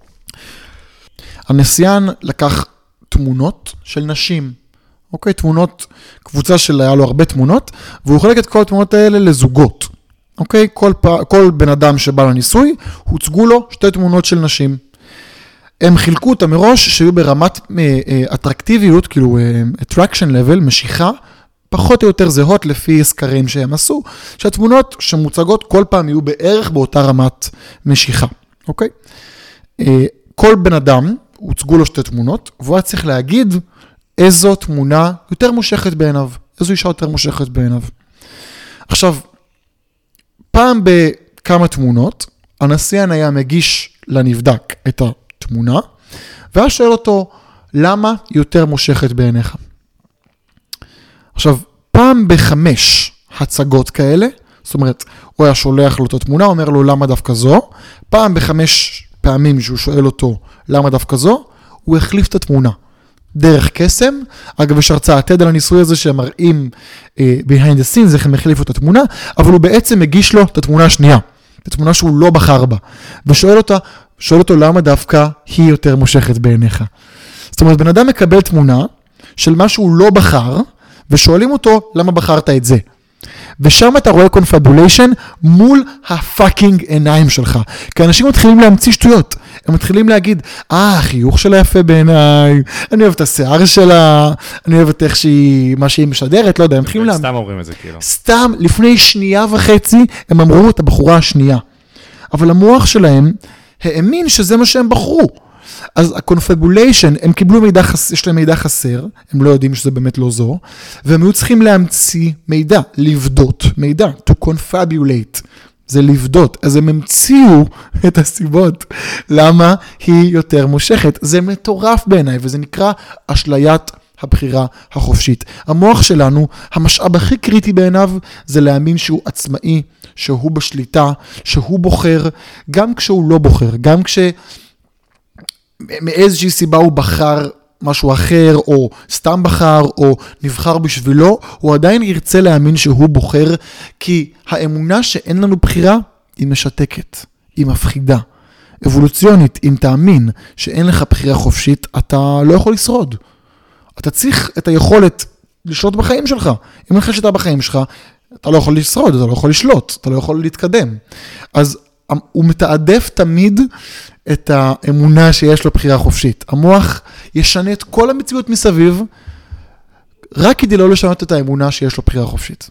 הנסיין לקח תמונות של נשים, אוקיי? תמונות, קבוצה של היה לו הרבה תמונות, והוא חולק את כל התמונות האלה לזוגות, אוקיי? כל, כל בן אדם שבא לניסוי, הוצגו לו שתי תמונות של נשים. הם חילקו אותה מראש שהיו ברמת אטרקטיביות, כאילו attraction level, משיכה, פחות או יותר זהות לפי סקרים שהם עשו, שהתמונות שמוצגות כל פעם יהיו בערך באותה רמת משיכה, אוקיי? כל בן אדם, הוצגו לו שתי תמונות, והוא היה צריך להגיד איזו תמונה יותר מושכת בעיניו, איזו אישה יותר מושכת בעיניו. עכשיו, פעם בכמה תמונות, הנסיין היה מגיש לנבדק את התמונה, והיה שואל אותו, למה יותר מושכת בעיניך? עכשיו, פעם בחמש הצגות כאלה, זאת אומרת, הוא היה שולח לו את התמונה, אומר לו, למה דווקא זו? פעם בחמש פעמים שהוא שואל אותו, למה דווקא זו? הוא החליף את התמונה. דרך קסם, אגב, יש הרצאה תד על הניסוי הזה שמראים uh, behind the scenes, איך הם החליפו את התמונה, אבל הוא בעצם מגיש לו את התמונה השנייה, את התמונה שהוא לא בחר בה, ושואל אותה, שואל אותו למה דווקא היא יותר מושכת בעיניך. זאת אומרת, בן אדם מקבל תמונה של מה שהוא לא בחר, ושואלים אותו למה בחרת את זה. ושם אתה רואה קונפבוליישן מול הפאקינג עיניים שלך. כי אנשים מתחילים להמציא שטויות. הם מתחילים להגיד, אה, החיוך שלה יפה בעיניי, אני אוהב את השיער שלה, אני אוהב את איך שהיא, מה שהיא משדרת, לא יודע, הם מתחילים סתם אומרים את זה כאילו. סתם, לפני שנייה וחצי, הם אמרו את הבחורה השנייה. אבל המוח שלהם האמין שזה מה שהם בחרו. אז הקונפבוליישן, הם קיבלו מידע חסר, יש להם מידע חסר, הם לא יודעים שזה באמת לא זו, והם היו צריכים להמציא מידע, לבדות מידע, to confabulate, זה לבדות. אז הם המציאו את הסיבות למה היא יותר מושכת. זה מטורף בעיניי, וזה נקרא אשליית הבחירה החופשית. המוח שלנו, המשאב הכי קריטי בעיניו, זה להאמין שהוא עצמאי, שהוא בשליטה, שהוא בוחר, גם כשהוא לא בוחר, גם כש... מאיזושהי סיבה הוא בחר משהו אחר, או סתם בחר, או נבחר בשבילו, הוא עדיין ירצה להאמין שהוא בוחר, כי האמונה שאין לנו בחירה, היא משתקת, היא מפחידה. אבולוציונית, אם תאמין שאין לך בחירה חופשית, אתה לא יכול לשרוד. אתה צריך את היכולת לשלוט בחיים שלך. אם אין לך שליטה בחיים שלך, אתה לא יכול לשרוד, אתה לא יכול לשלוט, אתה לא יכול להתקדם. אז הוא מתעדף תמיד את האמונה שיש לו בחירה חופשית. המוח ישנה את כל המציאות מסביב, רק כדי לא לשנות את האמונה שיש לו בחירה חופשית.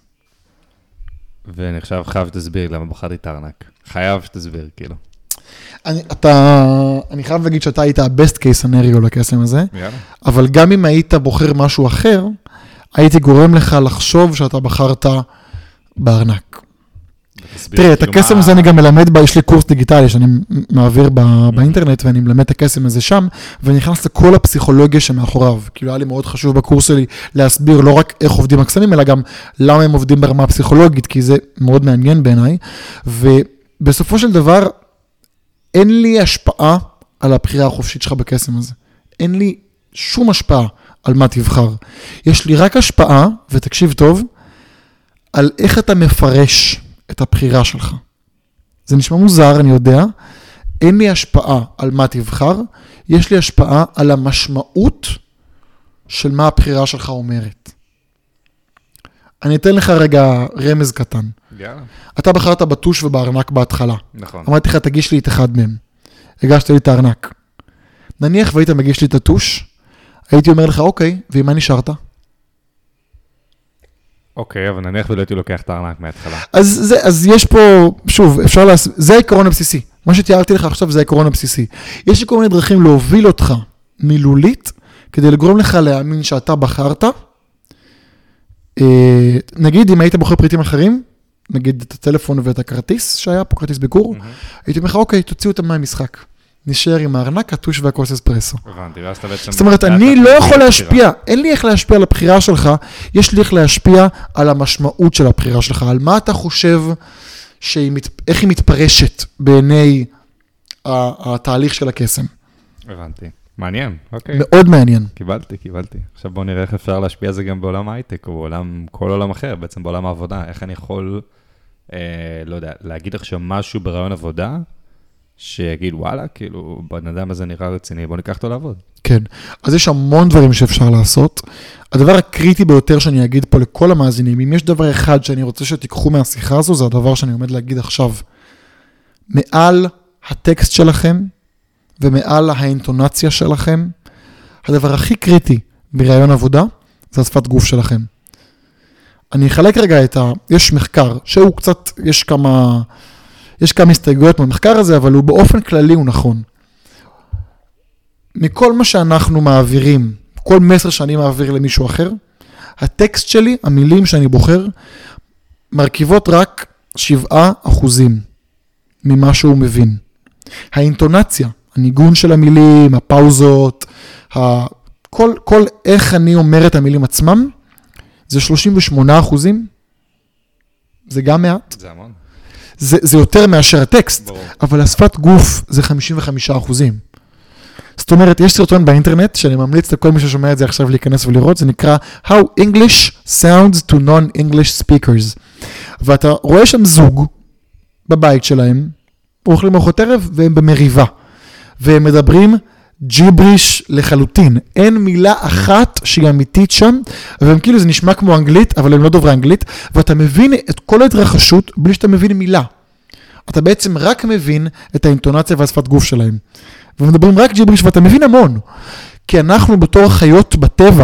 ואני עכשיו חייב תסביר למה בחרתי את הארנק. חייב תסביר, כאילו. אני, אתה, אני חייב להגיד שאתה היית ה-best case scenario לקסם הזה, יאללה. אבל גם אם היית בוחר משהו אחר, הייתי גורם לך לחשוב שאתה בחרת בארנק. תראה, את הקסם הזה אני גם מלמד, יש לי קורס דיגיטלי שאני מעביר באינטרנט, ואני מלמד את הקסם הזה שם, ואני נכנס לכל הפסיכולוגיה שמאחוריו. כאילו היה לי מאוד חשוב בקורס שלי להסביר לא רק איך עובדים הקסמים, אלא גם למה הם עובדים ברמה הפסיכולוגית, כי זה מאוד מעניין בעיניי. ובסופו של דבר, אין לי השפעה על הבחירה החופשית שלך בקסם הזה. אין לי שום השפעה על מה תבחר. יש לי רק השפעה, ותקשיב טוב, על איך אתה מפרש את הבחירה שלך. זה נשמע מוזר, אני יודע. אין לי השפעה על מה תבחר, יש לי השפעה על המשמעות של מה הבחירה שלך אומרת. אני אתן לך רגע רמז קטן. יאללה. אתה בחרת בטוש ובארנק בהתחלה. נכון. אמרתי לך, תגיש לי את אחד מהם. הגשת לי את הארנק. נניח והיית מגיש לי את הטוש, הייתי אומר לך, אוקיי, ועם מה נשארת? אוקיי, אבל נניח ולא הייתי לוקח את הארנק מההתחלה. אז, זה, אז יש פה, שוב, אפשר לעש... זה העיקרון הבסיסי. מה שתיארתי לך עכשיו זה העיקרון הבסיסי. יש לי כל מיני דרכים להוביל אותך מילולית, כדי לגרום לך להאמין שאתה בחרת. אה, נגיד, אם היית בוחר פריטים אחרים, נגיד את הטלפון ואת הכרטיס שהיה פה, כרטיס ביקור, mm-hmm. הייתי אומר לך, אוקיי, תוציאו אותם מהמשחק. נשאר עם הארנק, הטוש והכוס אספרסו. הבנתי, ואז אתה בעצם... זאת אומרת, אני לא יכול להשפיע, אין לי איך להשפיע על הבחירה שלך, יש לי איך להשפיע על המשמעות של הבחירה שלך, על מה אתה חושב, איך היא מתפרשת בעיני התהליך של הקסם. הבנתי. מעניין, אוקיי. מאוד מעניין. קיבלתי, קיבלתי. עכשיו בואו נראה איך אפשר להשפיע זה גם בעולם ההייטק, או בעולם, כל עולם אחר, בעצם בעולם העבודה. איך אני יכול, אה, לא יודע, להגיד עכשיו משהו ברעיון עבודה, שיגיד, וואלה, כאילו, בן אדם הזה נראה רציני, בוא ניקח אותו לעבוד. כן, אז יש המון דברים שאפשר לעשות. הדבר הקריטי ביותר שאני אגיד פה לכל המאזינים, אם יש דבר אחד שאני רוצה שתיקחו מהשיחה הזו, זה הדבר שאני עומד להגיד עכשיו. מעל הטקסט שלכם, ומעל האינטונציה שלכם, הדבר הכי קריטי ברעיון עבודה, זה השפת גוף שלכם. אני אחלק רגע את ה... יש מחקר, שהוא קצת, יש כמה... יש כמה הסתייגויות מהמחקר הזה, אבל הוא באופן כללי הוא נכון. מכל מה שאנחנו מעבירים, כל מסר שאני מעביר למישהו אחר, הטקסט שלי, המילים שאני בוחר, מרכיבות רק שבעה אחוזים ממה שהוא מבין. האינטונציה, הניגון של המילים, הפאוזות, כל, כל איך אני אומר את המילים עצמם, זה שלושים ושמונה אחוזים, זה גם מעט. זה המון. זה, זה יותר מאשר הטקסט, ברור. אבל השפת גוף זה חמישים וחמישה אחוזים. זאת אומרת, יש סרטון באינטרנט, שאני ממליץ לכל מי ששומע את זה עכשיו להיכנס ולראות, זה נקרא How English Sounds to Non-English Speakers. ואתה רואה שם זוג בבית שלהם, אוכלים ארוחת ערב, והם במריבה. והם מדברים ג'יבריש לחלוטין. אין מילה אחת שהיא אמיתית שם, והם כאילו זה נשמע כמו אנגלית, אבל הם לא דוברי אנגלית, ואתה מבין את כל ההתרחשות בלי שאתה מבין מילה. אתה בעצם רק מבין את האינטונציה והשפת גוף שלהם. ומדברים רק ג'יבריש, ואתה מבין המון. כי אנחנו בתור חיות בטבע,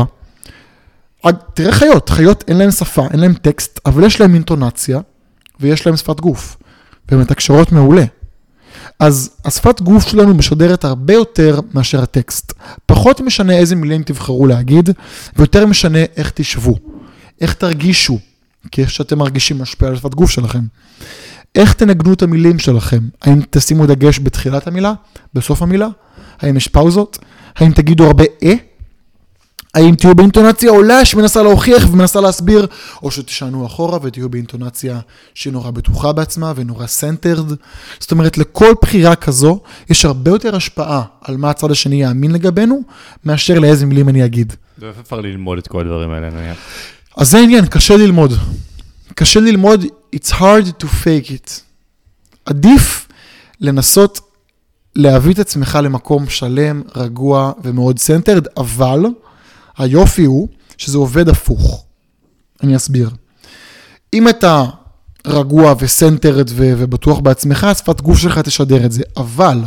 תראה חיות, חיות אין להם שפה, אין להם טקסט, אבל יש להם אינטונציה, ויש להם שפת גוף. והן מתקשרות מעולה. אז השפת גוף שלנו משדרת הרבה יותר מאשר הטקסט. פחות משנה איזה מילים תבחרו להגיד, ויותר משנה איך תשבו, איך תרגישו, כי שאתם מרגישים משפיע על שפת גוף שלכם. איך תנגנו את המילים שלכם? האם תשימו דגש בתחילת המילה, בסוף המילה? האם יש פאוזות? האם תגידו הרבה אה? האם תהיו באינטונציה עולה שמנסה להוכיח ומנסה להסביר, או שתשענו אחורה ותהיו באינטונציה שהיא נורא בטוחה בעצמה ונורא סנטרד. זאת אומרת, לכל בחירה כזו יש הרבה יותר השפעה על מה הצד השני יאמין לגבינו, מאשר לאיזה מילים אני אגיד. זה אפשר ללמוד את כל הדברים האלה, נניח. אז זה העניין, קשה ללמוד. קשה ללמוד, it's hard to fake it. עדיף לנסות להביא את עצמך למקום שלם, רגוע ומאוד סנטרד, אבל היופי הוא שזה עובד הפוך. אני אסביר. אם אתה רגוע וסנטרד ו- ובטוח בעצמך, שפת גוף שלך תשדר את זה. אבל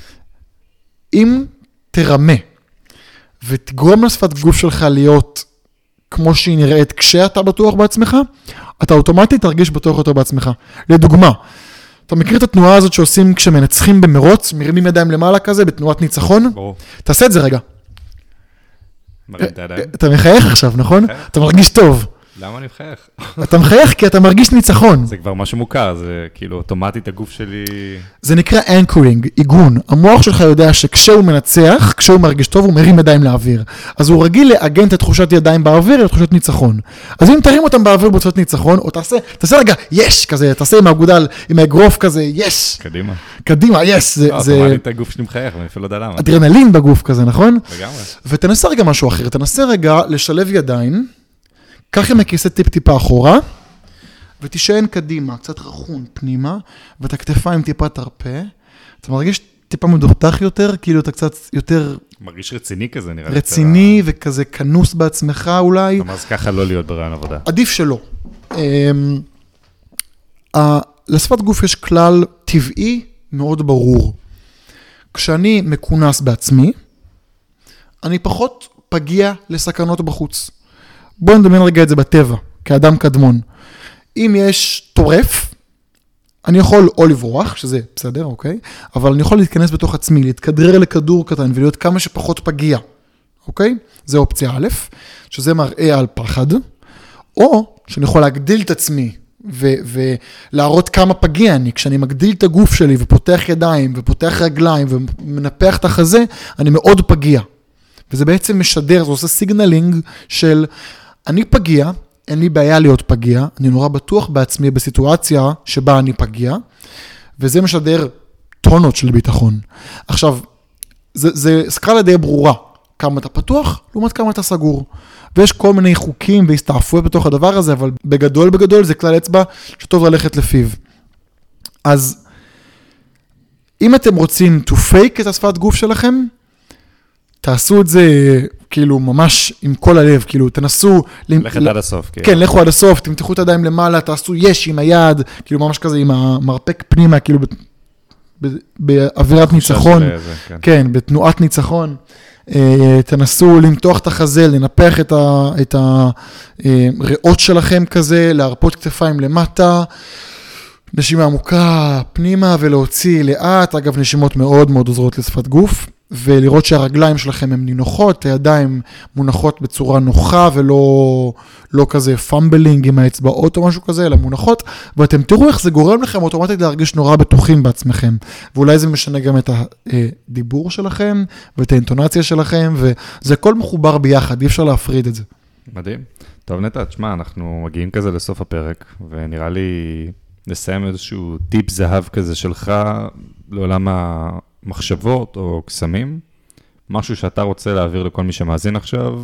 אם תרמה ותגרום לשפת גוף שלך להיות כמו שהיא נראית כשאתה בטוח בעצמך, אתה אוטומטית תרגיש בטוח יותר בעצמך. לדוגמה, אתה מכיר את התנועה הזאת שעושים כשמנצחים במרוץ, מרימים ידיים למעלה כזה, בתנועת ניצחון? ברור. תעשה את זה רגע. מרים את הידיים. אתה מחייך עכשיו, נכון? אתה מרגיש טוב. למה אני מחייך? אתה מחייך כי אתה מרגיש ניצחון. זה כבר משהו מוכר, זה כאילו אוטומטית הגוף שלי... זה נקרא anchoring, עיגון. המוח שלך יודע שכשהוא מנצח, כשהוא מרגיש טוב, הוא מרים ידיים לאוויר. אז הוא רגיל לעגן את תחושת ידיים באוויר לתחושת ניצחון. אז אם תרים אותם באוויר בתחושת ניצחון, או תעשה, תעשה רגע, יש, כזה, תעשה עם האגודל, עם האגרוף כזה, יש. קדימה. קדימה, יש. זה, לא, זה... אוטומטית הגוף שלי מחייך, ואני אפילו לא יודע למה. אדרנלין בגוף כזה, נכון? לגמרי. ותנסה רגע משהו אחר, תנסה רגע לשלב ידיים, קח עם הכיסא טיפ-טיפה אחורה, ותישען קדימה, קצת רחון פנימה, ואת הכתפיים טיפה תרפה. אתה מרגיש טיפה מדוכדך יותר, כאילו אתה קצת יותר... מרגיש רציני כזה, נראה לי. רציני וכזה כנוס בעצמך אולי. זאת אומרת, אז ככה לא להיות ברעיון עבודה. עדיף שלא. לשפת גוף יש כלל טבעי מאוד ברור. כשאני מכונס בעצמי, אני פחות פגיע לסכנות בחוץ. בואו נדמיין רגע את זה בטבע, כאדם קדמון. אם יש טורף, אני יכול או לברוח, שזה בסדר, אוקיי? אבל אני יכול להתכנס בתוך עצמי, להתכדרר לכדור קטן ולהיות כמה שפחות פגיע, אוקיי? זה אופציה א', שזה מראה על פחד, או שאני יכול להגדיל את עצמי ו- ולהראות כמה פגיע אני. כשאני מגדיל את הגוף שלי ופותח ידיים ופותח רגליים ומנפח את החזה, אני מאוד פגיע. וזה בעצם משדר, זה עושה סיגנלינג של אני פגיע, אין לי בעיה להיות פגיע, אני נורא בטוח בעצמי בסיטואציה שבה אני פגיע, וזה משדר טונות של ביטחון. עכשיו, זה, זה סקאלה די ברורה, כמה אתה פתוח, לעומת כמה אתה סגור. ויש כל מיני חוקים והסתעפויות בתוך הדבר הזה, אבל בגדול בגדול זה כלל אצבע שטוב ללכת לפיו. אז אם אתם רוצים to fake את השפת גוף שלכם, תעשו את זה כאילו ממש עם כל הלב, כאילו תנסו... לכת עד הסוף. כן, לכו עד הסוף, תמתחו את הידיים למעלה, תעשו יש עם היד, כאילו ממש כזה עם המרפק פנימה, כאילו באווירת ניצחון, כן, בתנועת ניצחון. תנסו למתוח את החזה, לנפח את הריאות שלכם כזה, להרפות כתפיים למטה, נשימה עמוקה פנימה ולהוציא לאט, אגב נשימות מאוד מאוד עוזרות לשפת גוף, ולראות שהרגליים שלכם הן נינוחות, הידיים מונחות בצורה נוחה ולא לא כזה פמבלינג עם האצבעות או משהו כזה, אלא מונחות, ואתם תראו איך זה גורם לכם אוטומטית להרגיש נורא בטוחים בעצמכם, ואולי זה משנה גם את הדיבור שלכם ואת האינטונציה שלכם, וזה הכל מחובר ביחד, אי אפשר להפריד את זה. מדהים. טוב נטע, תשמע, אנחנו מגיעים כזה לסוף הפרק, ונראה לי נסיים איזשהו טיפ זהב כזה שלך לעולם המחשבות או קסמים, משהו שאתה רוצה להעביר לכל מי שמאזין עכשיו,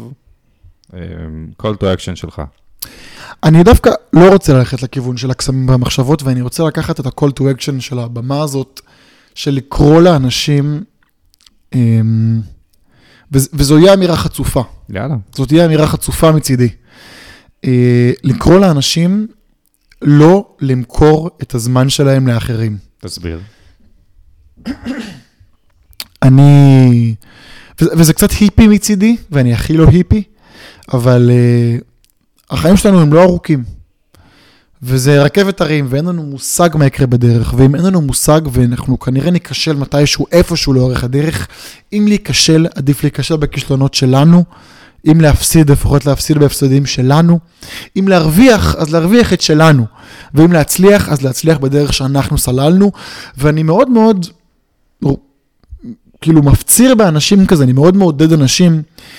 call to action שלך. אני דווקא לא רוצה ללכת לכיוון של הקסמים והמחשבות, ואני רוצה לקחת את ה-call to action של הבמה הזאת, של לקרוא לאנשים וזו יהיה אמירה חצופה. יאללה. זאת תהיה אמירה חצופה מצידי. לקרוא לאנשים לא למכור את הזמן שלהם לאחרים. תסביר. אני, וזה קצת היפי מצידי, ואני הכי לא היפי, אבל החיים שלנו הם לא ארוכים. וזה רכבת הרים, ואין לנו מושג מה יקרה בדרך, ואם אין לנו מושג, ואנחנו כנראה ניכשל מתישהו, איפשהו לאורך הדרך, אם להיכשל, עדיף להיכשל בכישלונות שלנו, אם להפסיד, לפחות להפסיד בהפסדים שלנו, אם להרוויח, אז להרוויח את שלנו, ואם להצליח, אז להצליח בדרך שאנחנו סללנו, ואני מאוד מאוד, כאילו מפציר באנשים כזה, אני מאוד מעודד אנשים,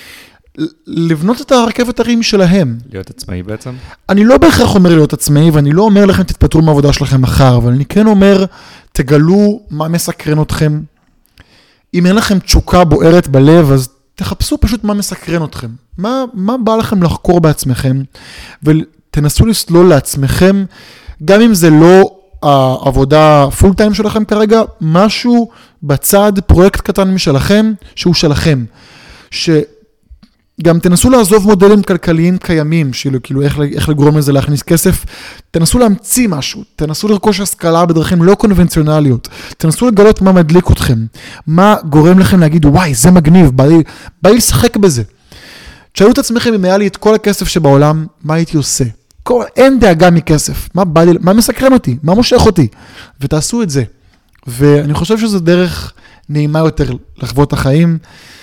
לבנות את הרכבת הרים שלהם. להיות עצמאי בעצם? אני לא בהכרח אומר להיות עצמאי, ואני לא אומר לכם תתפטרו מהעבודה שלכם מחר, אבל אני כן אומר, תגלו מה מסקרן אתכם. אם אין לכם תשוקה בוערת בלב, אז תחפשו פשוט מה מסקרן אתכם. מה, מה בא לכם לחקור בעצמכם, ותנסו לסלול לעצמכם, גם אם זה לא העבודה פול טיים שלכם כרגע, משהו בצד, פרויקט קטן משלכם, שהוא שלכם. ש... גם תנסו לעזוב מודלים כלכליים קיימים, כאילו, כאילו איך, איך לגרום לזה להכניס כסף, תנסו להמציא משהו, תנסו לרכוש השכלה בדרכים לא קונבנציונליות, תנסו לגלות מה מדליק אתכם, מה גורם לכם להגיד, וואי, זה מגניב, בא לי, בא לי לשחק בזה. תשאלו את עצמכם אם היה לי את כל הכסף שבעולם, מה הייתי עושה? כל, אין דאגה מכסף, מה, בא לי, מה מסקרן אותי, מה מושך אותי, ותעשו את זה. ואני חושב שזו דרך נעימה יותר לחוות החיים,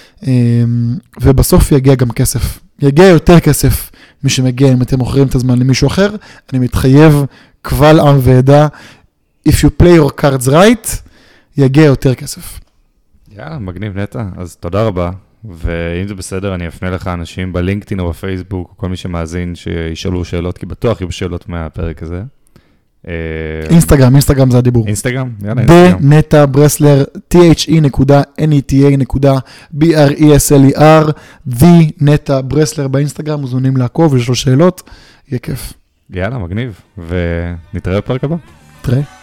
ובסוף יגיע גם כסף. יגיע יותר כסף משמגיע אם אתם מוכרים את הזמן למישהו אחר. אני מתחייב קבל עם ועדה, if you play your cards right, יגיע יותר כסף. יאללה, מגניב נטע. אז תודה רבה. ואם זה בסדר, אני אפנה לך אנשים בלינקדאין או בפייסבוק, כל מי שמאזין שישאלו שאלות, כי בטוח יהיו שאלות מהפרק הזה. אינסטגרם, אינסטגרם זה הדיבור. אינסטגרם, יאללה, אינסטגרם. בנטע ברסלר, T-H-E.N-E-T-A.B-R-E-S-L-E-R, the נטע ברסלר באינסטגרם, מוזמנים לעקוב, יש לו שאלות, יהיה כיף. יאללה, מגניב. ונתראה בפרק הבא. תראה.